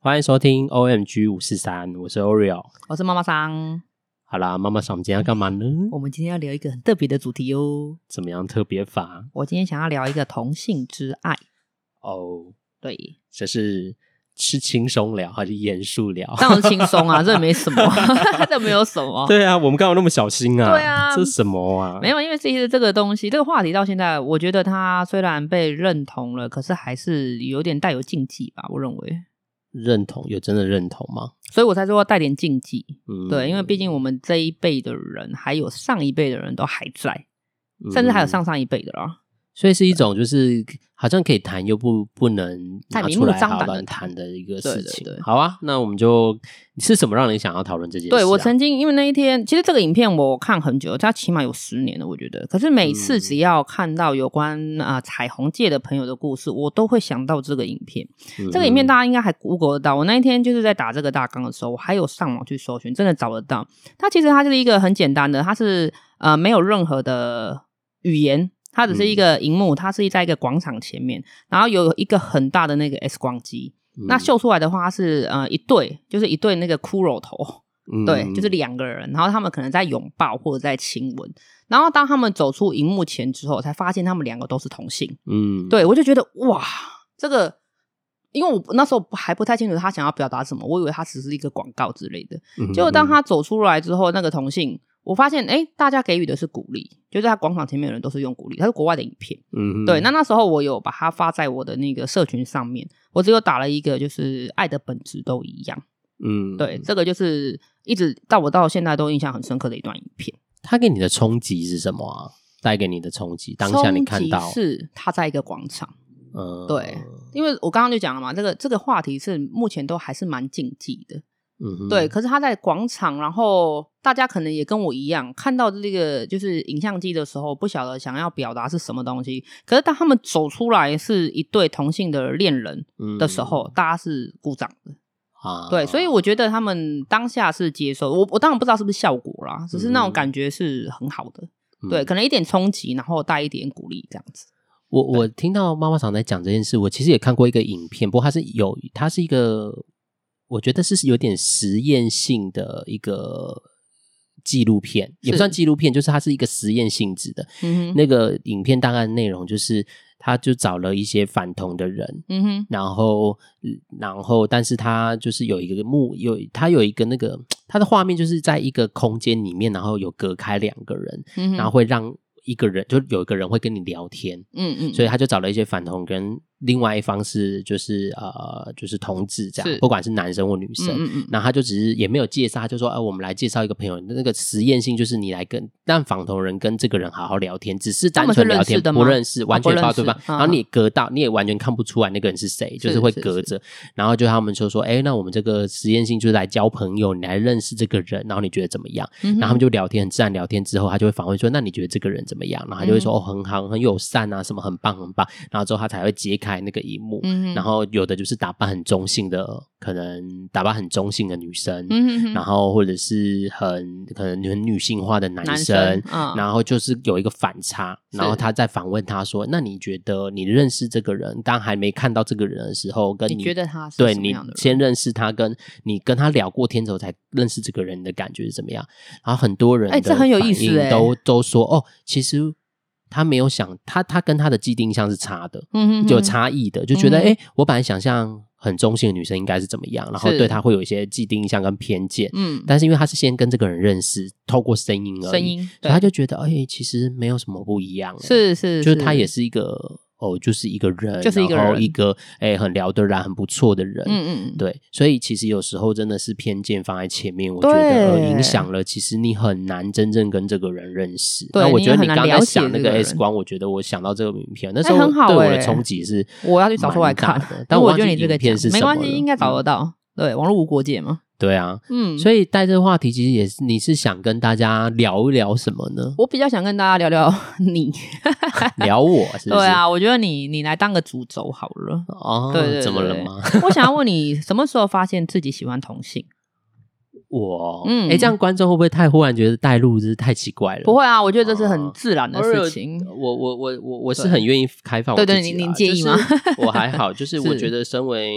欢迎收听 OMG543，我是 Oreo， 我是妈妈桑。 好啦，妈妈桑，我们今天要干嘛呢？ 我们今天要聊一个很特别的主题哦。 怎么样特别法？ 我今天想要聊一个同性之爱。 哦， 对， 这是轻松聊还是严肃聊？ 当然是轻松啊，这没什么，这没有什么。 对啊，我们干嘛那么小心啊？ 对啊， 这是什么啊？ 没有，因为其实这个东西，这个话题到现在，我觉得它虽然被认同了，可是还是有点带有禁忌吧，我认为。 认同有真的认同吗？ 所以我才说带点禁忌。对，因为毕竟我们这一辈的人，还有上一辈的人都还在，甚至还有上上一辈的啦。 所以是一种就是好像可以谈又不能拿出来好好谈的一个事情。好啊，那我们是什么让你想要讨论这件事啊？ 对，我曾经因为那一天，其实这个影片我看很久，它起码有10年了，我觉得。可是每次只要看到有关彩虹界的朋友的故事，我都会想到这个影片。这个影片大家应该还 Google 得到。我那一天就是在打这个大纲的时候，我还有上网去搜寻，真的找得到。它其实就是一个很简单的，它是没有任何的语言。它只是一个萤幕，它是在一个广场前面，然后有一个很大的那个 X 光机。那秀出来的话，它是一对，就是一对那个骷髅头，对，就是2个人，然后他们可能在拥抱或者在亲吻。然后当他们走出萤幕前之后，才发现他们2个都是同性。对，我就觉得哇，这个，因为我那时候还不太清楚他想要表达什么，我以为他只是一个广告之类的。结果当他走出来之后，那个同性。我发现大家给予的是鼓励，就是在广场前面的人都是用鼓励，它是国外的影片。对，那时候我有把它发在我的那个社群上面，我只有打了一个就是爱的本质都一样。对，这个就是一直到现在都印象很深刻的一段影片。 它给你的冲击是什么啊？带给你的冲击，当下你看到是他在一个广场。对，因为我刚刚就讲了嘛，这个话题是目前都还是蛮禁忌的。对，可是他在广场，然后大家可能也跟我一样看到这个就是影像机的时候，不晓得想要表达是什么东西。可是当他们走出来是一对同性的恋人的时候，大家是鼓掌的。对，所以我觉得他们当下是接受。我当然不知道是不是效果啦，只是那种感觉是很好的。对，可能一点冲击，然后带一点鼓励这样子。 我听到妈妈常在讲这件事，我其实也看过一个影片，不过它是一个。我觉得是有点实验性的一个纪录片，也不算纪录片，就是它是一个实验性质的。那个影片大概的内容就是他就找了一些反同的人，然后但是他就是他有一个那个他的画面就是在一个空间里面，然后有隔开2个人，然后会让一个人就有一个人会跟你聊天，所以他就找了一些反同跟另外一方是就是同志这样，不管是男生或女生，然后他就只是也没有介绍，他就说我们来介绍一个朋友，那个实验性就是你来让反同人跟这个人好好聊天，只是单纯聊天，不认识，完全不知道对方，然后你隔到你也完全看不出来那个人是谁，就是会隔着，然后就他们就说那我们这个实验性就是来交朋友，你来认识这个人，然后你觉得怎么样？然后他们就聊天，很自然聊天之后，他就会访问说那你觉得这个人怎么样？然后他就会说很好，很友善啊，什么很棒很棒，然后之后他才会揭开那个荧幕，然后有的就是打扮很中性的，可能打扮很中性的女生，然后或者是可能很女性化的男生，然后就是有一个反差，然后他在访问他说那你觉得你认识这个人当还没看到这个人的时候，跟你觉得他是什么样的人？ 对，你先认识他，跟你跟他聊过天之后才认识这个人的感觉是怎么样？然后很多人的这很有意思都说其实他没有想他跟他的既定印象是差的，就有差异的，就觉得我本来想象很中性的女生应该是怎么样，然后对他会有一些既定印象跟偏见，但是因为他是先跟这个人认识，透过声音而已，所以他就觉得其实没有什么不一样， 是就是他也是一个就是一个人，然后一个很聊得来很不错的人，对，所以其实有时候真的是偏见放在前面，我觉得影响了其实你很难真正跟这个人认识。那我觉得你刚才想那个 X 光，我觉得我想到这个影片，那时候对我的冲击是我要去找出来看， 但我忘记你这个影片是什么了， 没关系，应该找得到。对，网络无国界嘛。 对啊，所以带这个话题其实也是你是想跟大家聊一聊什么呢？ 我比较想跟大家聊聊你聊我是不是？ 对啊，我觉得你来当个主轴好了。对， 怎么了吗？ 我想要问你什么时候发现自己喜欢同性？ 这样观众会不会太忽然觉得带入是太奇怪了？ 不会啊，我觉得这是很自然的事情。 我是很愿意开放我自己啦， 对，您介意吗？ 就是我还好，就是我觉得身为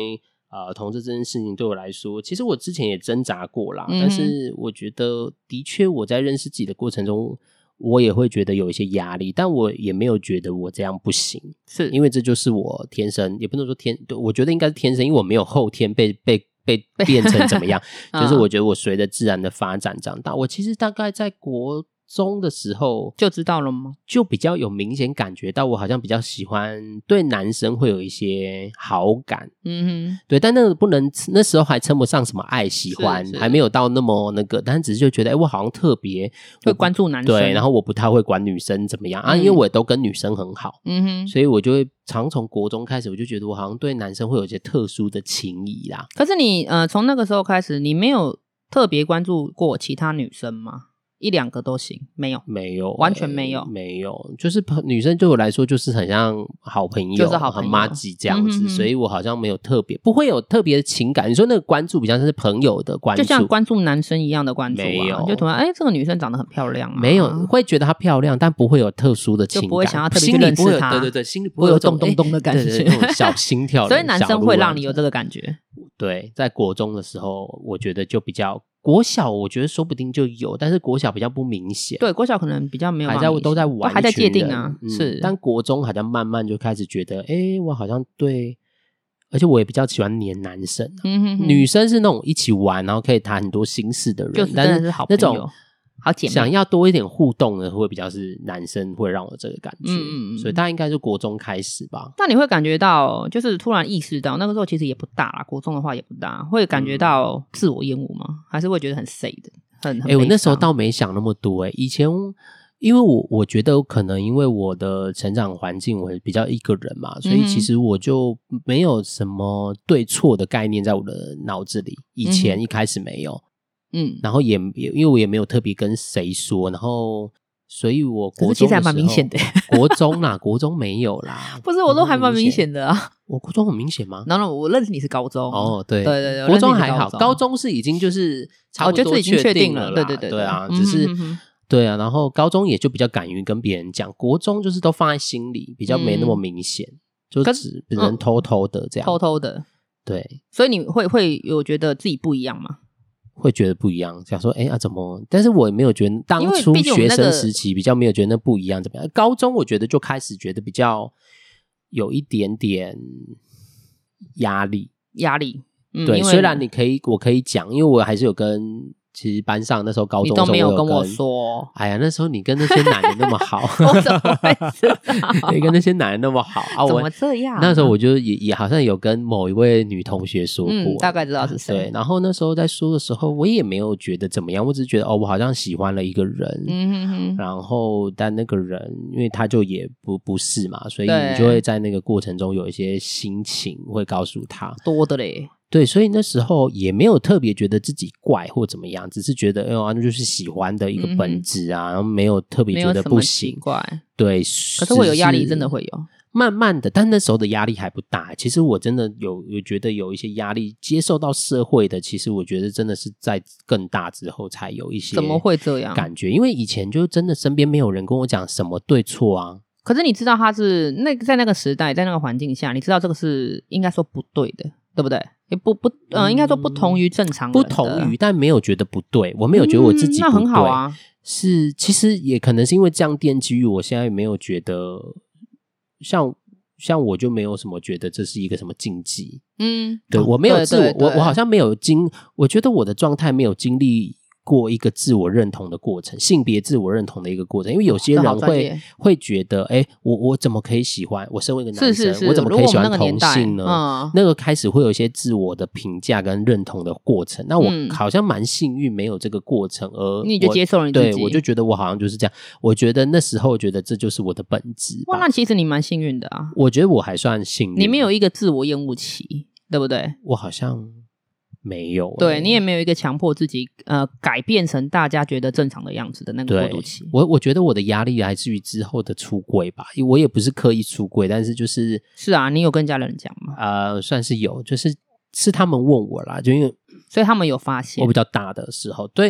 同志这件事情对我来说，其实我之前也挣扎过啦，但是我觉得的确我在认识自己的过程中，我也会觉得有一些压力，但我也没有觉得我这样不行， 是因为这就是我天生，也不能说我觉得应该是天生，因为我没有后天被变成怎么样，就是我觉得我随着自然的发展长大，我其实大概在国中的时候就知道了吗？ 就比较有明显感觉到我好像比较喜欢对男生会有一些好感，对，但那个不能，那时候还称不上什么爱喜欢，还没有到那么那个，但是只是就觉得我好像特别会关注男生， 对，然后我不太会管女生怎么样因为我都跟女生很好，所以我就会常从国中开始，我就觉得我好像对男生会有一些特殊的情谊啦。 可是你从那个时候开始，你没有特别关注过其他女生吗？一两个都行，没有，完全没有， 没有，就是女生对我来说就是很像好朋友， 就是好朋友， 很麻吉这样子，所以我好像没有特别，不会有特别的情感。你说那个关注比较像是朋友的关注， 就像关注男生一样的关注没有， 就突然这个女生长得很漂亮没有，会觉得她漂亮，但不会有特殊的情感， 就不会想要特别去认识她， 对，心里不会有咚咚咚的感觉， 那种小心跳的， 所以男生会让你有这个感觉。 对，在国中的时候，我觉得就比较。国小我觉得说不定就有，但是国小比较不明显。 对，国小可能比较没有， 都在玩， 还在界定啊。是， 但国中好像慢慢就开始觉得，我好像对，而且我也比较喜欢黏男生。女生是那种一起玩，然后可以谈很多心事的人， 就是真的是好朋友， 那种好姐妹， 想要多一点互动的，会比较是男生会让我这个感觉。所以大概应该是国中开始吧。 那你会感觉到，就是突然意识到，那个时候其实也不大啦，国中的话也不大，会感觉到自我厌恶吗？还是会觉得很 sad 很我那时候倒没想那么多以前因为我觉得可能因为我的成长环境我比较一个人嘛，所以其实我就没有什么对错的概念在我的脑子里，以前一开始没有。然后也因为我也没有特别跟谁说，然后所以我国中的时候其实还蛮明显的国中没有啦， 不是我都还蛮明显的啊。 我国中很明显吗？ 然后我认识你是高中对，国中还好，高中是已经就是差不多确定了啦，对啊，只是对啊，然后高中也就比较敢于跟别人讲，国中就是都放在心里，比较没那么明显，就只能偷偷的这样， 偷偷的， 对。 所以你会有觉得自己不一样吗？ 会觉得不一样，想说怎么？但是我也没有觉得当初学生时期比较没有觉得那不一样怎么样。高中我觉得就开始觉得比较有一点点压力，对，虽然我可以讲，因为我还是有跟。其实班上那时候高中的时候， 你都没有跟我说。 哎呀，那时候你跟那些男的那么好， 我怎么会知道？ 你跟那些男的那么好怎么这样？ 那时候我就也好像有跟某一位女同学说过， 大概知道是谁。 对，然后那时候在说的时候，我也没有觉得怎么样，我只是觉得我好像喜欢了一个人，然后但那个人因为他就也不是嘛，所以你就会在那个过程中有一些心情会告诉他多的嘞。 对，所以那时候也没有特别觉得自己怪或怎么样，只是觉得那就是喜欢的一个本质啊，然后没有特别觉得不行。 怪， 对， 可是会有压力，真的会有。 慢慢的，但那时候的压力还不大。其实我真的有觉得有一些压力，接受到社会的，其实我觉得真的是在更大之后才有一些。 怎么会这样？ 感觉，因为以前就真的身边没有人跟我讲什么对错啊。 可是你知道他是在那个时代，在那个环境下，你知道这个是应该说不对的，对不对？应该说不同于正常人的， 不同于，但没有觉得不对，我没有觉得我自己不对， 那很好啊。 是，其实也可能是因为这样奠基于我现在没有觉得，像我就没有什么觉得这是一个什么禁忌，对，我没有自我，我好像没有我觉得我的状态没有经历过一个自我认同的过程，性别自我认同的一个过程，因为有些人会觉得，我怎么可以喜欢？我身为一个男生，我怎么可以喜欢同性呢？那个开始会有一些自我的评价跟认同的过程。那我好像蛮幸运，没有这个过程，而你就接受了你自己。 对，我就觉得我好像就是这样。我觉得那时候觉得这就是我的本质。 哇，那其实你蛮幸运的啊！ 我觉得我还算幸运， 你没有一个自我厌恶期，对不对？ 我好像。没有对你也没有一个强迫自己改变成大家觉得正常的样子的那个过渡期。 我觉得我的压力来自于之后的出柜吧，我也不是刻意出柜，但是就是啊，你有跟家人讲吗？ 算是有，就是他们问我啦，就因为所以他们有发现我比较大的时候，对。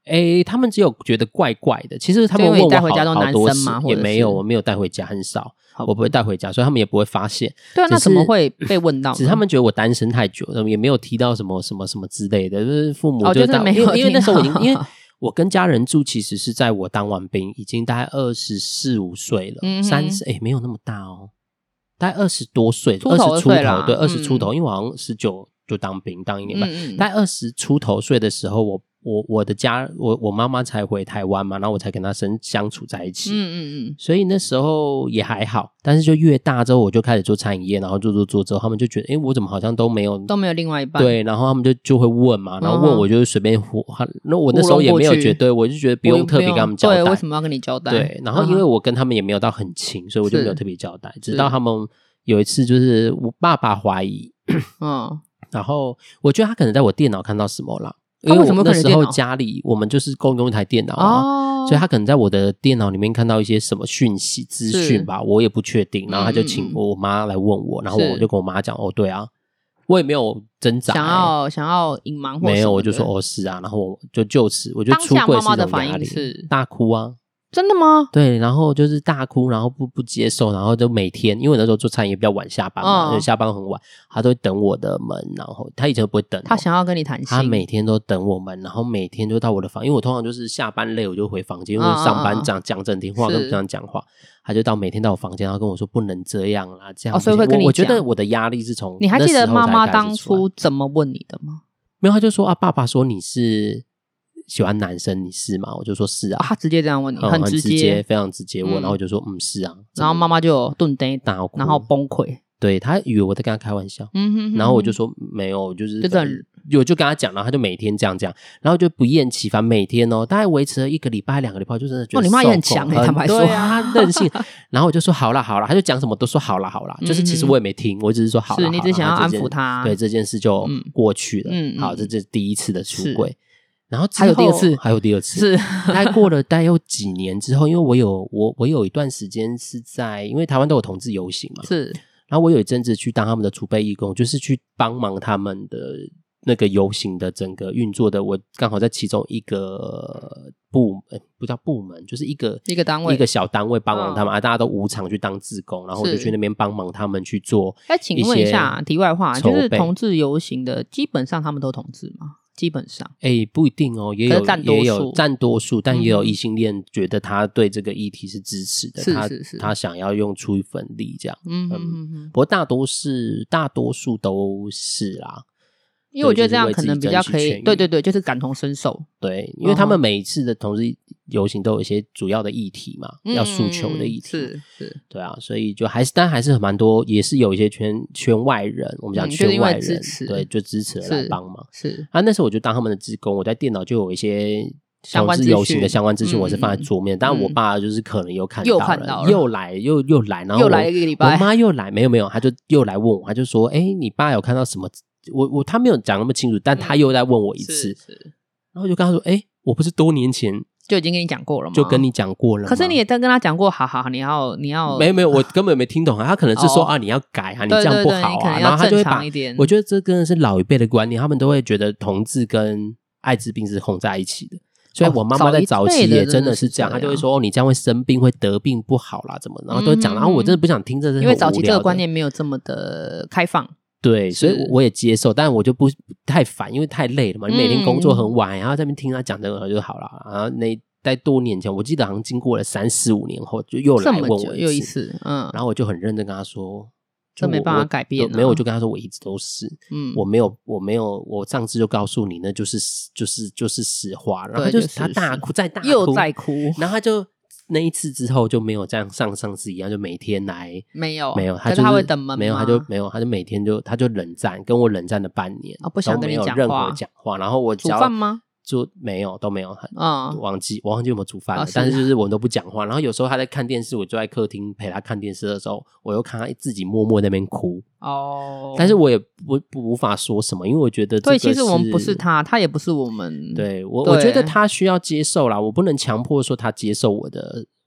他们只有觉得怪怪的，其实他们问我好多次，也没有，我没有带回家，很少，我不会带回家，所以他们也不会发现。 对啊，那怎么会被问到呢？ 只是他们觉得我单身太久，也没有提到什么之类的，就是父母就是没有， 因为那时候因为我跟家人住，其实是在我当完兵，已经大概24、25岁了，30没有那么大哦，大概20多岁，20出头，对，20出头，因为我好像19就当兵，当1年半，大概20出头岁的时候，我的家，我妈妈才回台湾嘛，然后我才跟她相处在一起，所以那时候也还好，但是就越大之后，我就开始做餐饮业，然后做之后，他们就觉得，我怎么好像都没有另外一半， 对，然后他们就会问嘛，然后问我就是随便那我那时候也没有觉得，我就觉得不用特别跟他们交代， 对，为什么要跟你交代？ 对，然后因为我跟他们也没有到很亲，所以我就没有特别交代，直到他们有一次就是我爸爸怀疑，然后我觉得他可能在我电脑看到什么啦。因为我那时候家里我们就是共用一台电脑所以他可能在我的电脑里面看到一些什么讯息资讯吧，我也不确定，然后他就请我妈来问我，然后我就跟我妈讲对啊，我也没有挣扎想要隐瞒或没有，我就说是啊，然后我就此我就出柜是一种压力，当下妈妈的反应是大哭啊。 真的吗？ 对，然后就是大哭，然后不接受，然后就每天，因为我那时候做餐饮比较晚下班嘛，就下班很晚，他都会等我的门，然后他以前都不会等， 他想要跟你谈心， 他每天都等我们，然后每天就到我的房，因为我通常就是下班累我就回房间，因为上班讲整天话跟不想讲话，他就每天到我房间，然后跟我说不能这样啦，这样所以会跟你讲。 我觉得我的压力是从你还记得妈妈当初怎么问你的吗？ 没有，他就说爸爸说你是喜欢男生，你是吗？我就说是啊。 他直接这样问你，很直接， 非常直接问，然后我就说是啊。 然后妈妈就顿呆大哭，然后崩溃。 对，他以为我在跟他开玩笑，然后我就说没有，就是我就跟他讲，然后他就每天这样讲，然后就不厌其烦，每天大概维持了1个礼拜2个礼拜，就真的觉得你妈也很强坦白说， 对啊，他任性。然后我就说好啦，他就讲什么都说好啦，就是其实我也没听，我只是说好啦， 是你只想要安抚他， 对，这件事就过去了。好，这是第一次的出柜。然后还有第二次， 是大概过了大概有几年之后，因为我有一段时间是在，因为台湾都有同志游行嘛， 是， 然后我有一阵子去当他们的储备义工，就是去帮忙他们的那个游行的整个运作的，我刚好在其中一个不叫部门，就是一个单位，一个小单位帮忙他们大家都无偿去当志工，然后我就去那边帮忙他们去做。 请问一下题外话，就是同志游行的基本上他们都同志吗？基本上不一定也有占多数，但也有异性恋觉得他对这个议题是支持的，他想要出一份力这样。不过大多数都是啦， 因为我觉得这样可能比较可以，对，就是感同身受。 对，因为他们每一次的同志游行都有一些主要的议题嘛，要诉求的议题， 是， 对啊，所以就但还是蛮多，也是有一些圈外人，我们讲圈外人，对，就支持来帮忙。 是那时候我就当他们的志工，我在电脑就有一些同志游行的相关资讯，我是放在桌面。当然我爸就是可能又看到了，又来，然后又来1个礼拜， 我妈又来，没有，他就又来问我，他就说你爸有看到什么？他没有讲那么清楚，但他又在问我一次，然后我就跟他说我不是多年前就已经跟你讲过了吗？ 就跟你讲过了吗？ 可是你也在跟他讲过，好，你要没有，我根本没听懂他可能是说你要改你这样不好然后他就会把，我觉得这真的是老一辈的观念，他们都会觉得同志跟艾滋病是混在一起的，所以我妈妈在早期也真的是这样，她就会说你这样会生病，会得病不好啦，怎么，然后都会讲，然后我真的不想听，这是因为早期这个观念没有这么的开放。 对，所以我也接受，但我就不太烦，因为太累了嘛。你每天工作很晚，然后在那边听他讲这个就好了。然后在多年前，我记得好像经过了3-4-5年后，就又来问我一次， 然后我就很认真跟他说， 这没办法改变。 没有，我就跟他说我一直都是，我没有，我上次就告诉你，那就是实话。然后他大哭，再大哭， 又在哭， 然后他就。那一次之后就没有这样上次一样，就每天来， 没有， 他他会等门吗？ 没有，他就每天他就冷战，跟我冷战了半年， 不想跟你讲话， 任何讲话。然后我煮饭吗？ 都没有，我忘记有没有煮饭了，但是就是我们都不讲话。然后有时候他在看电视，我就在客厅陪他看电视的时候，我又看他自己默默在那边哭。但是我也无法说什么，因为我觉得对，其实我们不是他也不是我们。 对，我觉得他需要接受啦，我不能强迫说他接受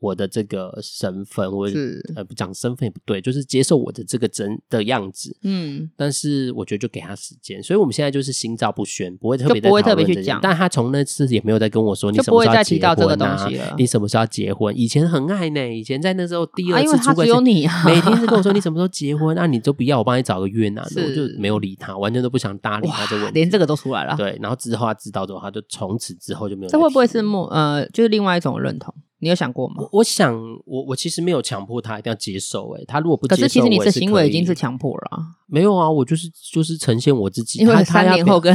我的这个身份，我不讲身份也不对，就是接受我的这个真的样子。但是我觉得就给他时间，所以我们现在就是心照不宣，不会特别去讲。 但他从那次也没有再跟我说你什么时候要结婚啊，你什么时候要结婚。以前很爱呢，以前在那时候第二次出柜， 因为他只有你啊， 每天是跟我说你什么时候结婚啊，你都不要我帮你找个越南的，我就没有理他，完全都不想搭理他这个问题， 连这个都出来了。 对，然后之后他知道之后，他就从此之后就没有。 这会不会是就是另外一种认同？你有想过吗？ 我想我其实没有强迫他一定要接受，他如果不接受， 可是其实你的行为已经是强迫了啊。 没有啊，我就是呈现我自己。 因为3年后跟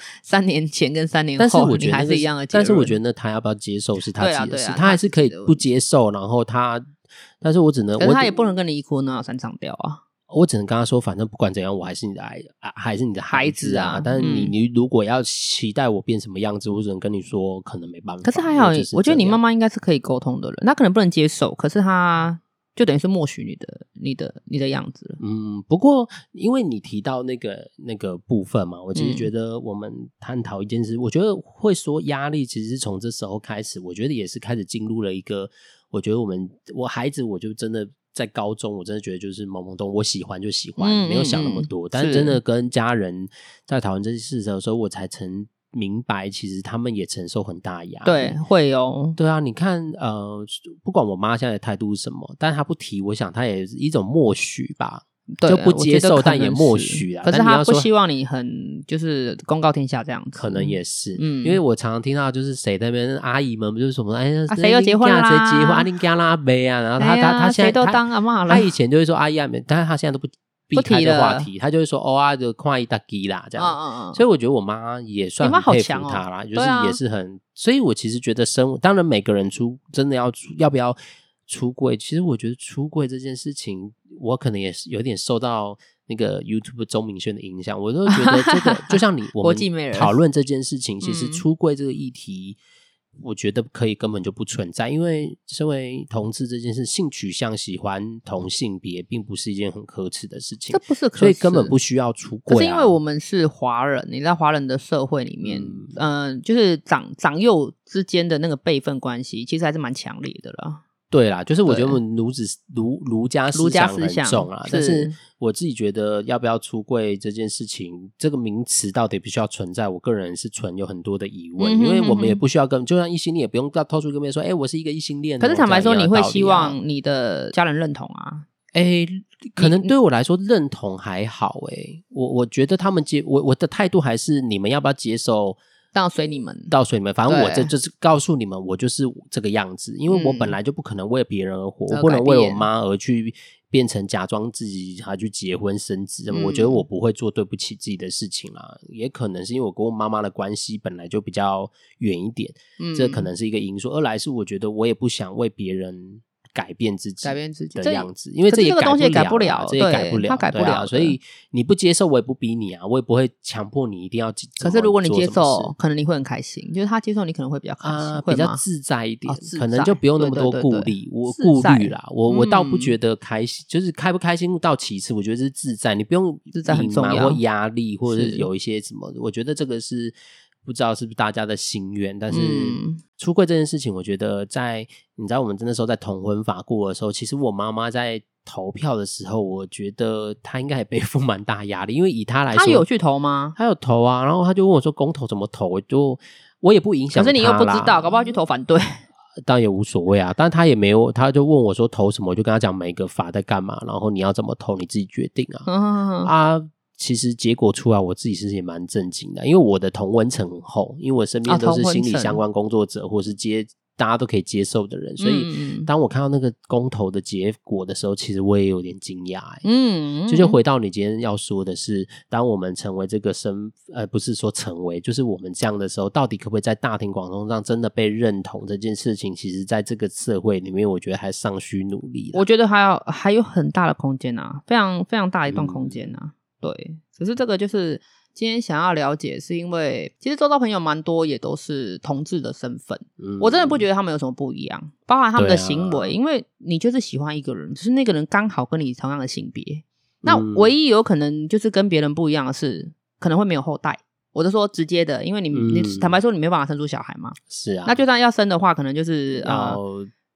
3年前跟3年后，你还是一样的结论。 但是我觉得他要不要接受是他自己的事，他还是可以不接受，然后但是我只能， 可是他也不能跟你一哭二闹三上吊啊。 我只能跟他说，反正不管怎样，我还是你的还是你的孩子啊。但是你如果要期待我变什么样子，我只能跟你说，可能没办法。 可是还好，我觉得你妈妈应该是可以沟通的人，她可能不能接受，可是她就等于是默许你的样子了。 不过因为你提到那个部分嘛，我其实觉得我们探讨一件事，我觉得会说压力，其实是从这时候开始，我觉得也是开始进入了一个，我觉得我孩子，我就真的。在高中我真的觉得就是懵懵懂，我喜欢就喜欢，没有想那么多。但是真的跟家人在讨论这些事的时候，我才曾明白其实他们也承受很大压力。 对，会哦。 对啊，你看不管我妈现在的态度是什么，但她不提，我想她也是一种默许吧。就不接受，但也默许啊。 可是他不希望你很就是公告天下这样子， 可能也是，因为我常常听到就是谁那边阿姨们不就是什么谁要结婚啦， 谁结婚，阿林加拉杯啊，然后他现在都当阿嬷了， 他以前就会说阿姨阿妹，但是他现在都不避开这话题，他就会说就看一大吉啦这样。所以我觉得我妈也算很佩服他啦，就是也是很，所以我其实觉得当然每个人真的要不要出柜，其实我觉得出柜这件事情，我可能也是有点受到那个 YouTube 钟明轩的影响，我都觉得这个就像我们讨论这件事情，其实出柜这个议题，我觉得可以根本就不存在，因为身为同志这件事，性取向喜欢同性别，并不是一件很可耻的事情， 这不是可耻， 所以根本不需要出柜。 可是因为我们是华人，你在华人的社会里面，就是长幼之间的那个辈分关系，其实还是蛮强烈的啦。 对啦，就是我觉得我们儒家思想很重啊，但是我自己觉得要不要出柜这件事情，这个名词到底必须要存在，我个人是有很多的疑问，因为我们也不需要就像异性恋也不用到透出跟别人说我是一个异性恋。 可是坦白说，你会希望你的家人认同啊？ 可能对我来说认同还好我觉得他们我的态度还是你们要不要接受到随你们， 反正我这就是告诉你们，我就是这个样子，因为我本来就不可能为别人而活，我不能为我妈而去变成假装自己还去结婚生子，我觉得我不会做对不起自己的事情啦，也可能是因为我跟我妈妈的关系本来就比较远一点，这可能是一个因素。二来是我觉得我也不想为别人改变自己的样子，因为这也改不了， 这也改不了， 他改不了， 所以你不接受我也不逼你啊，我也不会强迫你一定要。 可是如果你接受，可能你会很开心，就是他接受你可能会比较开心， 比较自在一点，可能就不用那么多顾虑。我顾虑啦，我倒不觉得开心，就是开不开心到其次，我觉得是自在，你不用自在很重要， 或压力，或者是有一些什么，我觉得这个是。不知道是不是大家的心愿，但是出柜这件事情，我觉得你知道我们那时候在同婚法过的时候，其实我妈妈在投票的时候，我觉得她应该也背负蛮大压力，因为以她来说， 她有去投吗？ 她有投啊，然后她就问我说公投怎么投，我也不影响她啦， 可是你又不知道，搞不好去投反对。 当然也无所谓啊，但他也没有，他就问我说投什么，我就跟他讲每个法在干嘛，然后你要怎么投你自己决定啊。其实结果出来，我自己是也蛮震惊的，因为我的同温层很厚，因为我身边都是心理相关工作者，或是大家都可以接受的人，所以当我看到那个公投的结果的时候，其实我也有点惊讶。就回到你今天要说的是，当我们成为这个不是说成为，就是我们这样的时候，到底可不可以在大庭广众上真的被认同这件事情，其实在这个社会里面，我觉得还尚需努力。 我觉得还有很大的空间啊，非常非常大一段空间啊。对，可是这个就是今天想要了解，是因为其实周遭朋友蛮多也都是同志的身份，我真的不觉得他们有什么不一样，包含他们的行为，因为你就是喜欢一个人，就是那个人刚好跟你同样的性别，那唯一有可能就是跟别人不一样的是，可能会没有后代。我就说直接的，因为你坦白说你没办法生出小孩嘛， 是啊， 那就算要生的话，可能就是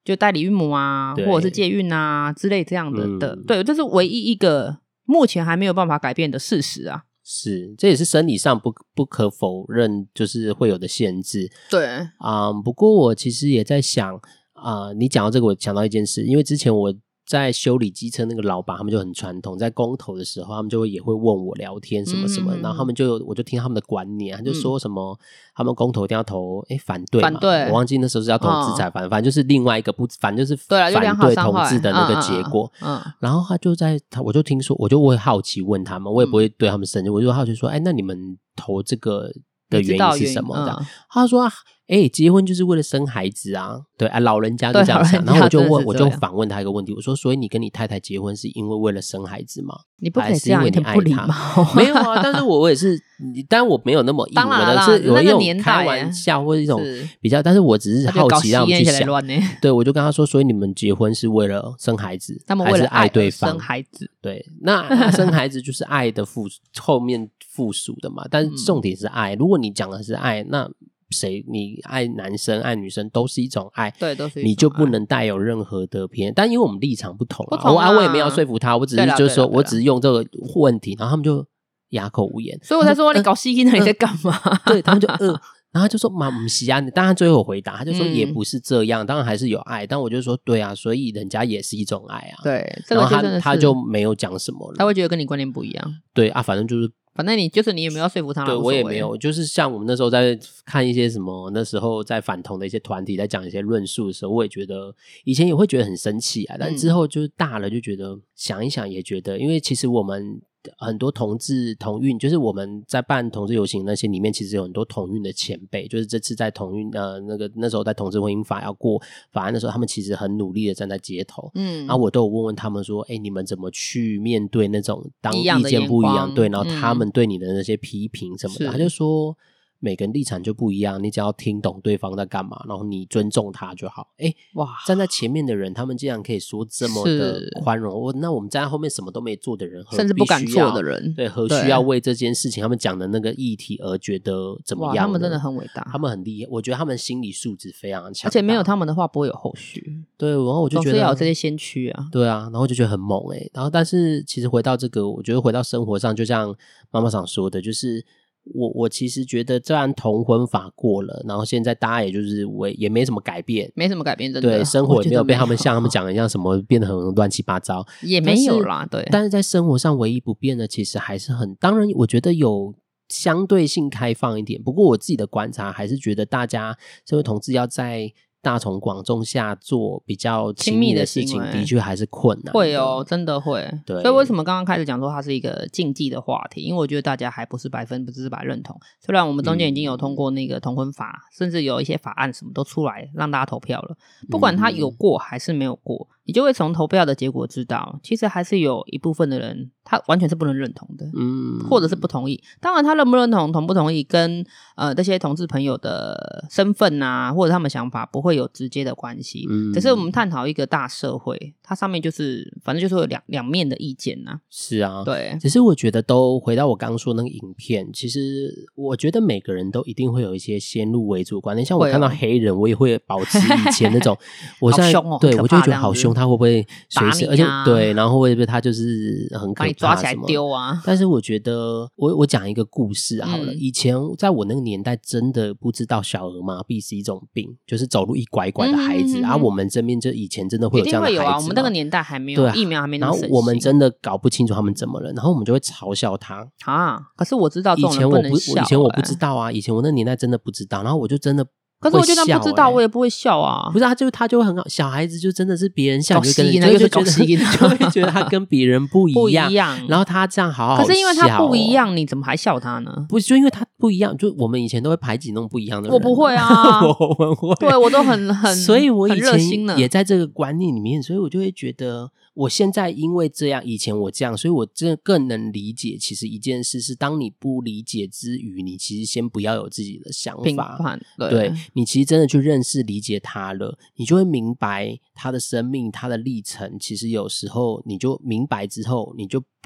就代理孕母啊，或者是借孕啊之类这样的对，这是唯一一个目前还没有办法改变的事实啊。 是，这也是生理上不可否认，就是会有的限制。 对不过我其实也在想你讲到这个，我想到一件事，因为之前我在修理机车那个老板，他们就很传统，在公投的时候，他们就也会问我聊天什么什么，然后他们我就听他们的观念，他就说什么他们公投一定要投反对嘛， 反对， 我忘记那时候是要投制裁反正就是另外一个反正就是反对同志的那个结果。然后我就听说，我就会好奇问他们，我也不会对他们生气，我就好奇说，那你们投这个的原因是什么？这样他说结婚就是为了生孩子啊，对啊，老人家就这样想。然后我就反问他一个问题，我说：所以你跟你太太结婚是因为了生孩子吗？ 你不可以这样，有点不礼貌。 没有啊，但是我也是，但我没有那么硬，我的是有一种开玩笑或者一种比较，但是我只是好奇让我们去想。对，我就跟他说：所以你们结婚是为了生孩子， 他们为了爱对方生孩子？ 对，那生孩子就是爱的后面附属的嘛，但是重点是爱。如果你讲的是爱，那你爱男生爱女生都是一种爱， 对，都是一种爱， 你就不能带有任何的偏见。但因为我们立场不同我也没有说服他，我只是就是说我只是用这个问题，然后他们就哑口无言， 所以我才说你搞戏呢，你在干嘛？ 对，他们就然后就说嘛不是啊，当然最后回答他就说也不是这样，当然还是有爱，但我就说对啊，所以人家也是一种爱啊。 对，这个然后他就没有讲什么了， 他会觉得跟你观念不一样。 对啊，反正你也没有说服他， 对，我也没有，就是像我们那时候在看一些什么，那时候在反同的一些团体在讲一些论述的时候，我也觉得以前也会觉得很生气啊，但之后就是大了就觉得想一想也觉得，因为其实我们很多同志同运，就是我们在办同志游行那些里面，其实有很多同运的前辈，就是这次在同运那时候在同志婚姻法要过法案的时候，他们其实很努力的站在街头，然后我都有问他们说，你们怎么去面对那种当意见不一样，对，然后他们对你的那些批评什么的，他就说每个人立场就不一样，你只要听懂对方在干嘛，然后你尊重他就好。哇，站在前面的人他们竟然可以说这么的宽容，那我们站在后面什么都没做的人， 甚至不敢做的人， 对，何须要为这件事情他们讲的那个议题而觉得怎么样呢？ 他们真的很伟大， 他们很厉害，我觉得他们心理素质非常强， 而且没有他们的话不会有后续。 对，然后我就觉得总是要有这些先驱啊。 对啊，然后就觉得很猛然后但是其实回到这个，我觉得回到生活上，就像妈妈想说的，就是我其实觉得，虽然同婚法过了，然后现在大家也就是也没什么改变， 没什么改变，真的对，生活也没有被他们像他们讲的一样什么变得很乱七八糟， 也没有啦，对。 但是在生活上唯一不变的，其实还是当然，我觉得有相对性开放一点。不过我自己的观察还是觉得，大家社会同志要在大庭广众下做比较亲密的事情，的确还是困难的。 会真的会。 对， 所以为什么刚刚开始讲说它是一个禁忌的话题？因为我觉得大家还不是100%认同。虽然我们中间已经有通过那个同婚法，甚至有一些法案什么都出来让大家投票了，不管它有过还是没有过，你就会从投票的结果知道，其实还是有一部分的人他完全是不能认同的，或者是不同意。当然他认不认同同不同意跟这些同志朋友的身份啊或者他们想法不会有直接的关系，只是我们探讨一个大社会，它上面就是反正就是有两面的意见啊。 是啊， 对。 只是我觉得都回到我刚刚说那个影片，其实我觉得每个人都一定会有一些先入为主的观念，像我看到黑人我也会保持以前那种我现在对我就会觉得好凶，他会不会随时而且对，然后会不会他就是很可怕，把你抓起来丢啊。 但是我觉得我讲一个故事好了，以前在我那个年代真的不知道小儿麻痹是一种病，就是走路一拐一拐的孩子，我们这边就以前真的会有这样的孩子，一定会有啊， 我们那个年代还没有疫苗还没那么盛行， 然后我们真的搞不清楚他们怎么了，然后我们就会嘲笑他啊。可是我知道这种人不能笑， 以前我不知道啊，以前我那年代真的不知道，然后我就真的可是我就算不知道我也不会笑啊。 不是他就会很好，小孩子就真的是别人笑就跟就会觉得他跟别人不一样，然后他这样好好笑， 可是因为他不一样你怎么还笑他呢？ 不是就因为他不一样，就我们以前都会排挤那种不一样的人。 我不会啊我们会， 对，我都很所以我以前也在这个观念里面，所以我就会觉得我现在因为这样，以前我这样，所以我真的更能理解，其实一件事是当你不理解之余，你其实先不要有自己的想法，对，你其实真的去认识理解他了，你就会明白他的生命他的历程，其实有时候你就明白之后，你就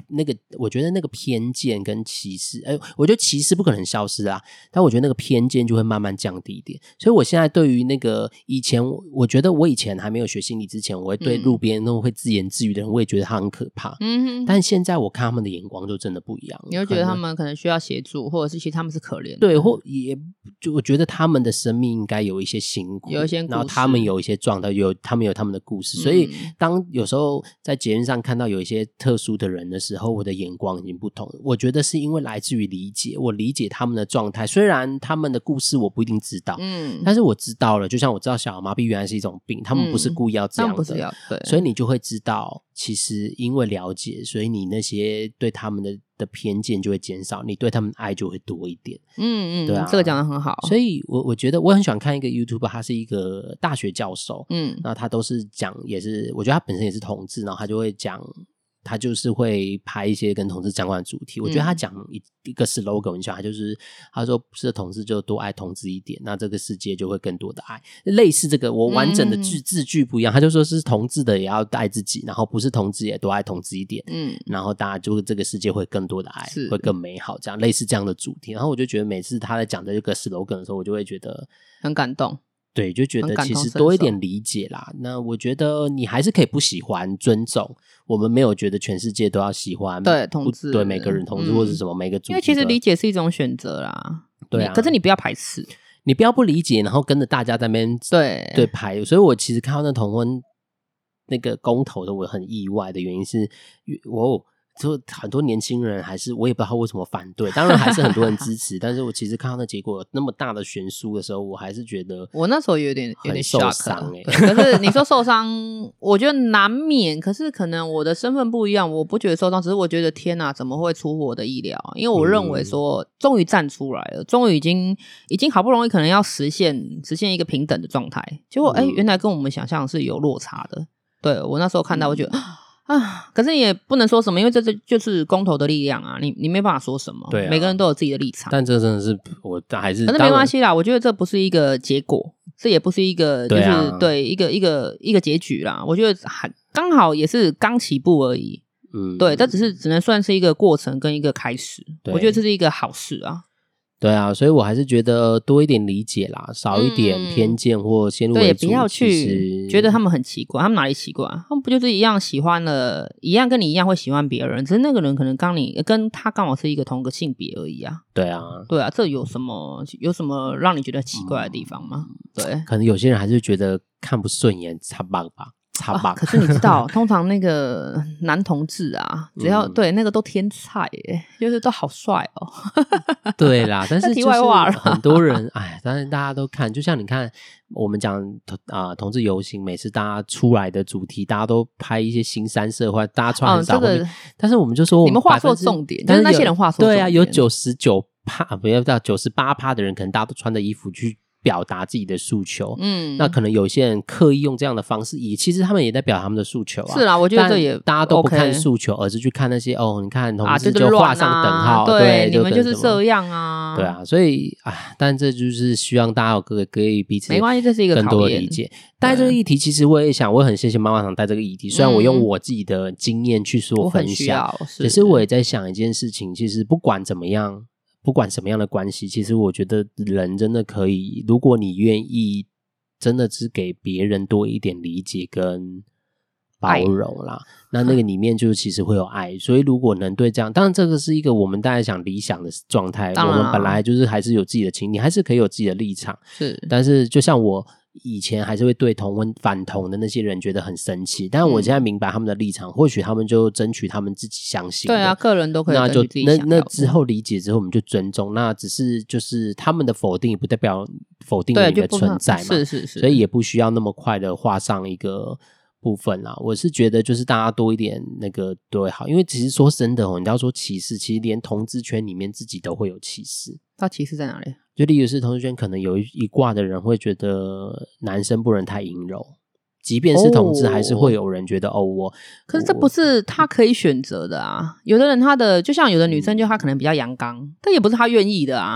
我觉得那个偏见跟歧视，我觉得歧视不可能消失啊，但我觉得那个偏见就会慢慢降低一点。所以我现在对于那个以前，我觉得我以前还没有学心理之前，我会对路边那种会自言自语的人，我也觉得他很可怕。但现在我看他们的眼光就真的不一样了， 你会觉得他们可能需要协助，或者是其实他们是可怜的， 对，或也就我觉得他们的生命应该有一些辛苦， 有一些故事， 然后他们有一些状态，他们有他们的故事，所以当有时候在节目上看到有一些特殊的人的时候，我的眼光已经不同了。我觉得是因为来自于理解，我理解他们的状态，虽然他们的故事我不一定知道，但是我知道了，就像我知道小儿麻痹原来是一种病，他们不是故意要这样的， 不是要对， 所以你就会知道，其实因为了解，所以你那些对他们的偏见就会减少，你对他们的爱就会多一点。对啊， 这个讲得很好。 所以我觉得我很喜欢看一个 YouTuber， 他是一个大学教授，那他都是讲，也是我觉得他本身也是同志，然后他就会讲。他就是会拍一些跟同志相关的主题，我觉得他讲一个 slogan 很喜欢，他就是他说不是同志就多爱同志一点，那这个世界就会更多的爱，类似这个我完整的字句不一样，他就说是同志的也要爱自己，然后不是同志也多爱同志一点，然后大家就这个世界会更多的爱，会更美好，这样类似这样的主题。然后我就觉得每次他在讲这个 slogan 的时候，我就会觉得很感动。 对，就觉得其实多一点理解啦。那我觉得你还是可以不喜欢，尊重。我们没有觉得全世界都要喜欢对同志， 对每个人同志或者什么每个主题， 因为其实理解是一种选择啦。 对啊， 可是你不要排斥， 你不要不理解，然后跟着大家在那边对排。所以我其实看到那同婚那个公投的，我很意外的原因是，就很多年轻人还是我也不知道他为什么反对，当然还是很多人支持，但是我其实看到那结果那么大的悬殊的时候，我还是觉得我那时候有点受伤可是你说受伤，我觉得难免，可是可能我的身份不一样，我不觉得受伤，只是我觉得天哪，怎么会出乎我的意料？因为我认为说，终于站出来了，终于已经好不容易可能要实现一个平等的状态，结果原来跟我们想象是有落差的。对，我那时候看到，我觉得可是也不能说什么，因为这就是公投的力量啊，你没办法说什么，对每个人都有自己的立场。 但这真的是我还是， 可是没关系啦，我觉得这不是一个结果，这也不是一个就是对一个结局啦。我觉得刚好也是刚起步而已，对，这只能算是一个过程跟一个开始。我觉得这是一个好事啊。 对啊，所以我还是觉得多一点理解啦，少一点偏见或先入为主， 对，不要去觉得他们很奇怪，他们哪里奇怪？他们不就是一样喜欢了，一样跟你一样会喜欢别人，只是那个人可能跟他刚好是一个同个性别而已啊。 对啊， 对啊，这有什么让你觉得奇怪的地方吗？对， 可能有些人还是觉得看不顺眼，差棒吧。 可是你知道通常那个男同志啊，只要对那个都天才耶，就是都好帅哦。 对啦，但是题外话了， 很多人但是大家都看，就像你看我们讲同志游行，每次大家出来的主题，大家都拍一些新三色或大家穿很少，但是我们就说你们画错重点，但是那些人画错重点， 对啊，有99%不要到98%的人，可能大家都穿的衣服去表达自己的诉求，那可能有些人刻意用这样的方式，其实他们也在表达他们的诉求啊。 是啦，我觉得这也大家都不看诉求，而是去看那些你看同志就画上等号，对， 你们就是这样啊， 对啊，所以但这就是希望大家可以彼此没关系，这是一个更多的理解。带这个议题，其实我也想，我很谢谢妈妈桑带这个议题，虽然我用我自己的经验去说分享，可是我也在想一件事情，其实不管怎么样。不管什么样的关系，其实我觉得人真的可以，如果你愿意真的只给别人多一点理解跟包容啦，那个里面就其实会有爱。所以如果能对这样，当然这个是一个我们大家想理想的状态，我们本来就是还是有自己的情，你还是可以有自己的立场， 是， 但是就像我以前还是会对同婚反同的那些人觉得很生气，但我现在明白他们的立场，或许他们就争取他们自己相信的， 对啊，个人都可以那就自己想那之后理解之后我们就尊重，那只是就是他们的否定也不代表否定你的存在嘛， 是， 所以也不需要那么快的画上一个部分啦。我是觉得就是大家多一点那个都会好，因为其实说真的你要说歧视，其实连同志圈里面自己都会有歧视。 他歧视在哪里？ 就例如是同志圈可能有一挂的人会觉得男生不能太阴柔，即便是同志还是会有人觉得可是这不是他可以选择的啊。有的人就像有的女生就她可能比较阳刚，但也不是她愿意的啊。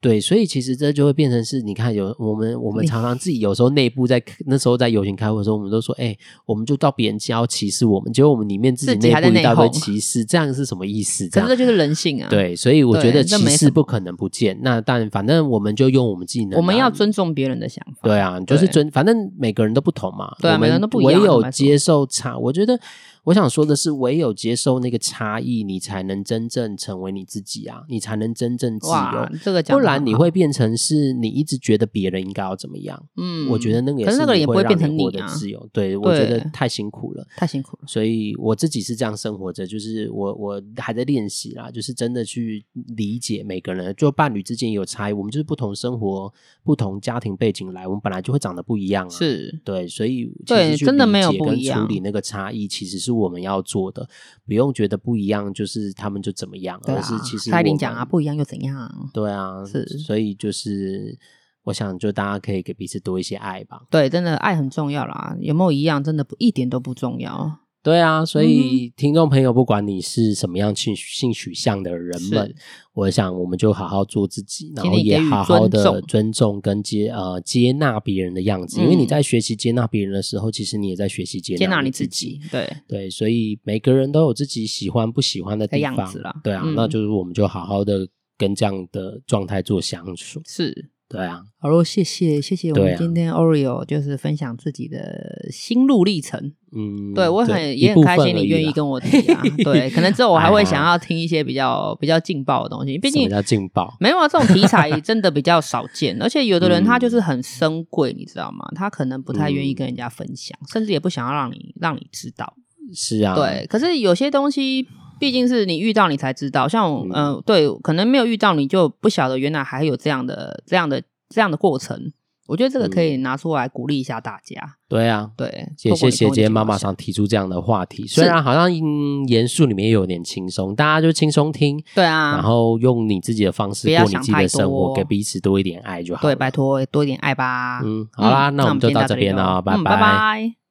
对，所以其实这就会变成是，你看我们常常自己有时候内部那时候在游行开会的时候，我们都说，我们就到别人家要歧视我们，结果我们里面自己内部一大堆歧视，这样是什么意思？ 可是这就是人性啊。 对，所以我觉得歧视不可能不见。那但反正我们就用我们自己能， 我们要尊重别人的想法。 对啊，就是反正每个人都不同嘛。 对啊，每个人都不一样。 唯有接受我觉得我想说的是，唯有接受那个差异，你才能真正成为你自己啊，你才能真正自由。 这个讲不然你会变成是你一直觉得别人应该要怎么样。我觉得那个也是， 可是那个也不会变成你的自由。对，我觉得太辛苦了， 太辛苦了。 所以我自己是这样生活着，就是我还在练习啦，就是真的去理解每个人，就伴侣之间也有差异，我们就是不同生活、不同家庭背景来，我们本来就会长得不一样啊。 是， 对，所以对，真的没有不一样。 处理那个差异，其实是我们要做的，不用觉得不一样就是他们就怎么样，而是其实他一定讲啊，不一样又怎样？ 对啊，是，所以就是我想就大家可以给彼此多一些爱吧。 对，真的爱很重要啦，有没有一样真的一点都不重要。 对啊，所以听众朋友，不管你是什么样性取向的人们，我想我们就好好做自己，然后也好好的尊重跟接纳别人的样子，因为你在学习接纳别人的时候，其实你也在学习接纳你自己。对，所以每个人都有自己喜欢不喜欢的地方，样子啦。对啊，那就是我们就好好的跟这样的状态做相处。 是。 对啊， 好咯，谢谢我们今天 Oreo 就是分享自己的心路历程。对，我也很开心你愿意跟我提啊。对，可能之后我还会想要听一些比较劲爆的东西，毕竟什么叫劲爆？ 没有啊，这种题材真的比较少见，而且有的人他就是很深贵，你知道吗？他可能不太愿意跟人家分享，甚至也不想要让你知道。 是啊， 对，可是有些东西毕竟是你遇到你才知道，像对，可能没有遇到你就不晓得原来还有这样的过程。我觉得这个可以拿出来鼓励一下大家。 对啊， 对， 也谢谢今天妈妈桑提出这样的话题，虽然好像严肃，里面也有点轻松，大家就轻松听。 对啊， 然后用你自己的方式过你自己的生活，给彼此多一点爱就好了。 对，拜托多一点爱吧。 好啦，那我们就到这边了，拜拜。